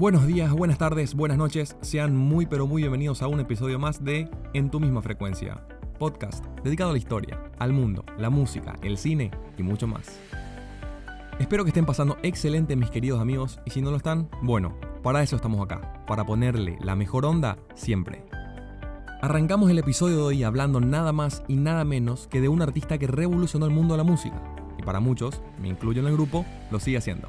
Buenos días, buenas tardes, buenas noches, sean muy pero muy bienvenidos a un episodio más de En tu misma frecuencia, podcast dedicado a la historia, al mundo, la música, el cine y mucho más. Espero que estén pasando excelente mis queridos amigos y si no lo están, bueno, para eso estamos acá, para ponerle la mejor onda siempre. Arrancamos el episodio de hoy hablando nada más y nada menos que de un artista que revolucionó el mundo de la música y para muchos, me incluyo en el grupo, lo sigue haciendo.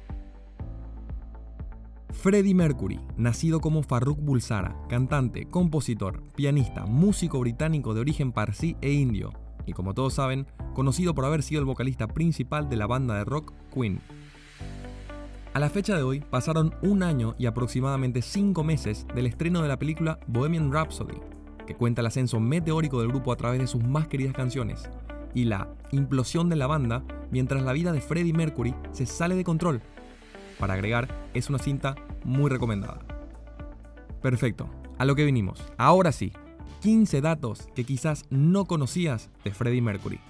Freddie Mercury, nacido como Farrokh Bulsara, cantante, compositor, pianista, músico británico de origen parsi e indio, y como todos saben, conocido por haber sido el vocalista principal de la banda de rock Queen. A la fecha de hoy, pasaron un año y aproximadamente 5 meses del estreno de la película Bohemian Rhapsody, que cuenta el ascenso meteórico del grupo a través de sus más queridas canciones, y la implosión de la banda mientras la vida de Freddie Mercury se sale de control. Para agregar, es una cinta muy recomendada. Perfecto, a lo que vinimos. Ahora sí, 15 datos que quizás no conocías de Freddie Mercury.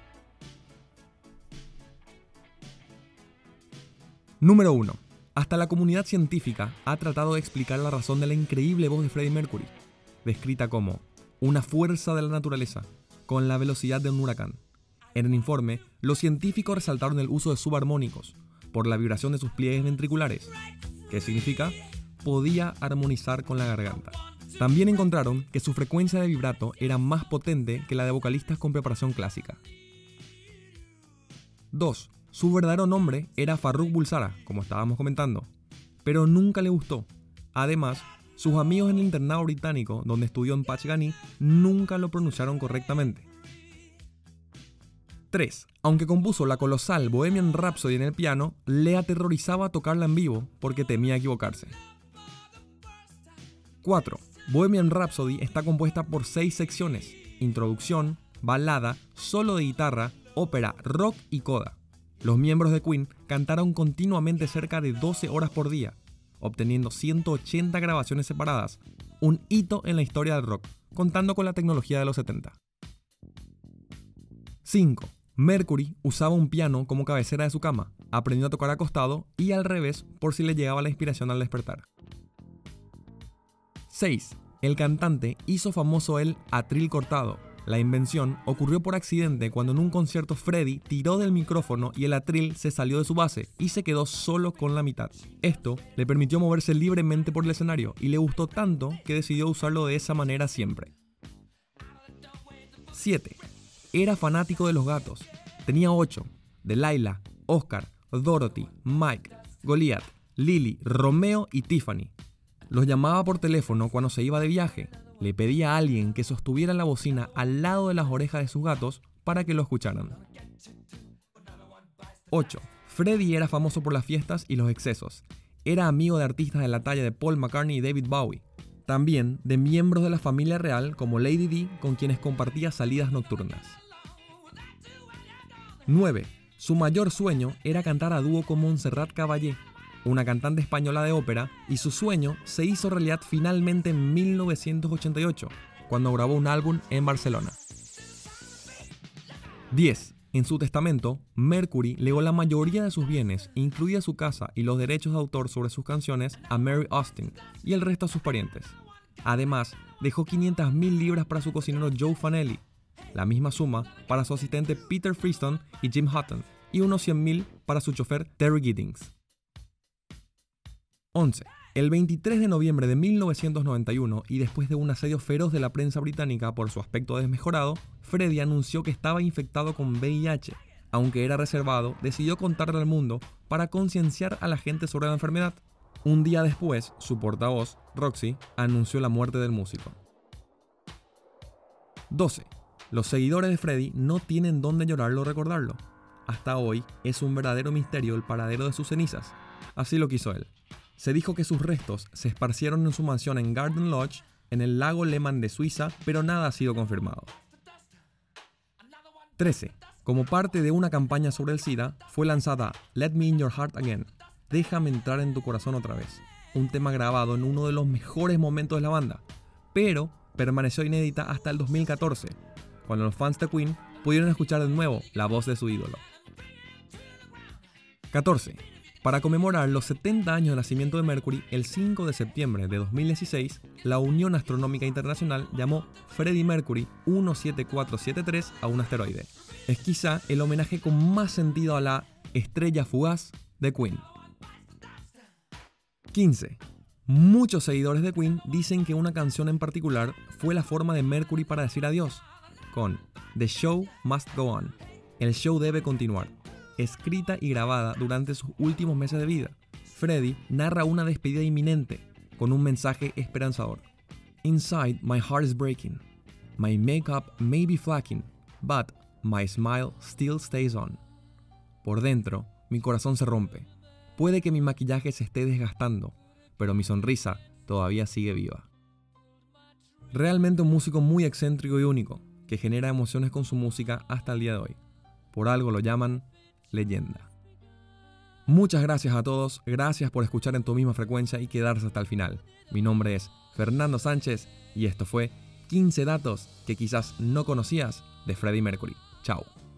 Número 1. Hasta la comunidad científica ha tratado de explicar la razón de la increíble voz de Freddie Mercury, descrita como una fuerza de la naturaleza, con la velocidad de un huracán. En el informe, los científicos resaltaron el uso de subarmónicos, por la vibración de sus pliegues ventriculares, que significa podía armonizar con la garganta. También encontraron que su frecuencia de vibrato era más potente que la de vocalistas con preparación clásica. 2. Su verdadero nombre era Farrokh Bulsara, como estábamos comentando, pero nunca le gustó. Además, sus amigos en el internado británico, donde estudió en Pachgani, nunca lo pronunciaron correctamente. 3. Aunque compuso la colosal Bohemian Rhapsody en el piano, le aterrorizaba tocarla en vivo porque temía equivocarse. 4. Bohemian Rhapsody está compuesta por 6 secciones: introducción, balada, solo de guitarra, ópera, rock y coda. Los miembros de Queen cantaron continuamente cerca de 12 horas por día, obteniendo 180 grabaciones separadas, un hito en la historia del rock, contando con la tecnología de los 70. 5. Mercury usaba un piano como cabecera de su cama, aprendió a tocar acostado y al revés por si le llegaba la inspiración al despertar. 6. El cantante hizo famoso el atril cortado. La invención ocurrió por accidente cuando en un concierto Freddie tiró del micrófono y el atril se salió de su base y se quedó solo con la mitad. Esto le permitió moverse libremente por el escenario y le gustó tanto que decidió usarlo de esa manera siempre. 7. Era fanático de los gatos. Tenía 8. Delilah, Oscar, Dorothy, Mike, Goliath, Lily, Romeo y Tiffany. Los llamaba por teléfono cuando se iba de viaje. Le pedía a alguien que sostuviera la bocina al lado de las orejas de sus gatos para que lo escucharan. 8. Freddie era famoso por las fiestas y los excesos. Era amigo de artistas de la talla de Paul McCartney y David Bowie. También de miembros de la familia real como Lady Di, con quienes compartía salidas nocturnas. 9. Su mayor sueño era cantar a dúo con Montserrat Caballé, una cantante española de ópera, y su sueño se hizo realidad finalmente en 1988, cuando grabó un álbum en Barcelona. 10. En su testamento, Mercury legó la mayoría de sus bienes, incluida su casa y los derechos de autor sobre sus canciones, a Mary Austin y el resto a sus parientes. Además, dejó 500.000 libras para su cocinero Joe Fanelli, la misma suma para su asistente Peter Freeston y Jim Hutton, y unos 100.000 para su chofer Terry Giddings. 11. El 23 de noviembre de 1991, y después de un asedio feroz de la prensa británica por su aspecto desmejorado, Freddie anunció que estaba infectado con VIH. Aunque era reservado, decidió contarle al mundo para concienciar a la gente sobre la enfermedad. Un día después, su portavoz, Roxy, anunció la muerte del músico. 12. Los seguidores de Freddie no tienen dónde llorarlo o recordarlo. Hasta hoy es un verdadero misterio el paradero de sus cenizas. Así lo quiso él. Se dijo que sus restos se esparcieron en su mansión en Garden Lodge, en el lago Leman de Suiza, pero nada ha sido confirmado. 13. Como parte de una campaña sobre el SIDA, fue lanzada Let Me In Your Heart Again, Déjame entrar en tu corazón otra vez, un tema grabado en uno de los mejores momentos de la banda, pero permaneció inédita hasta el 2014, cuando los fans de Queen pudieron escuchar de nuevo la voz de su ídolo. 14. Para conmemorar los 70 años de nacimiento de Mercury, el 5 de septiembre de 2016, la Unión Astronómica Internacional llamó Freddie Mercury 17473 a un asteroide. Es quizá el homenaje con más sentido a la estrella fugaz de Queen. 15. Muchos seguidores de Queen dicen que una canción en particular fue la forma de Mercury para decir adiós, con The Show Must Go On, el show debe continuar, escrita y grabada durante sus últimos meses de vida. Freddie narra una despedida inminente con un mensaje esperanzador. Inside, my heart is breaking. My makeup may be flaking, but my smile still stays on. Por dentro, mi corazón se rompe. Puede que mi maquillaje se esté desgastando, pero mi sonrisa todavía sigue viva. Realmente un músico muy excéntrico y único, que genera emociones con su música hasta el día de hoy. Por algo lo llaman leyenda. Muchas gracias a todos, gracias por escuchar en tu misma frecuencia y quedarse hasta el final. Mi nombre es Fernando Sánchez y esto fue 15 datos que quizás no conocías de Freddie Mercury. Chao.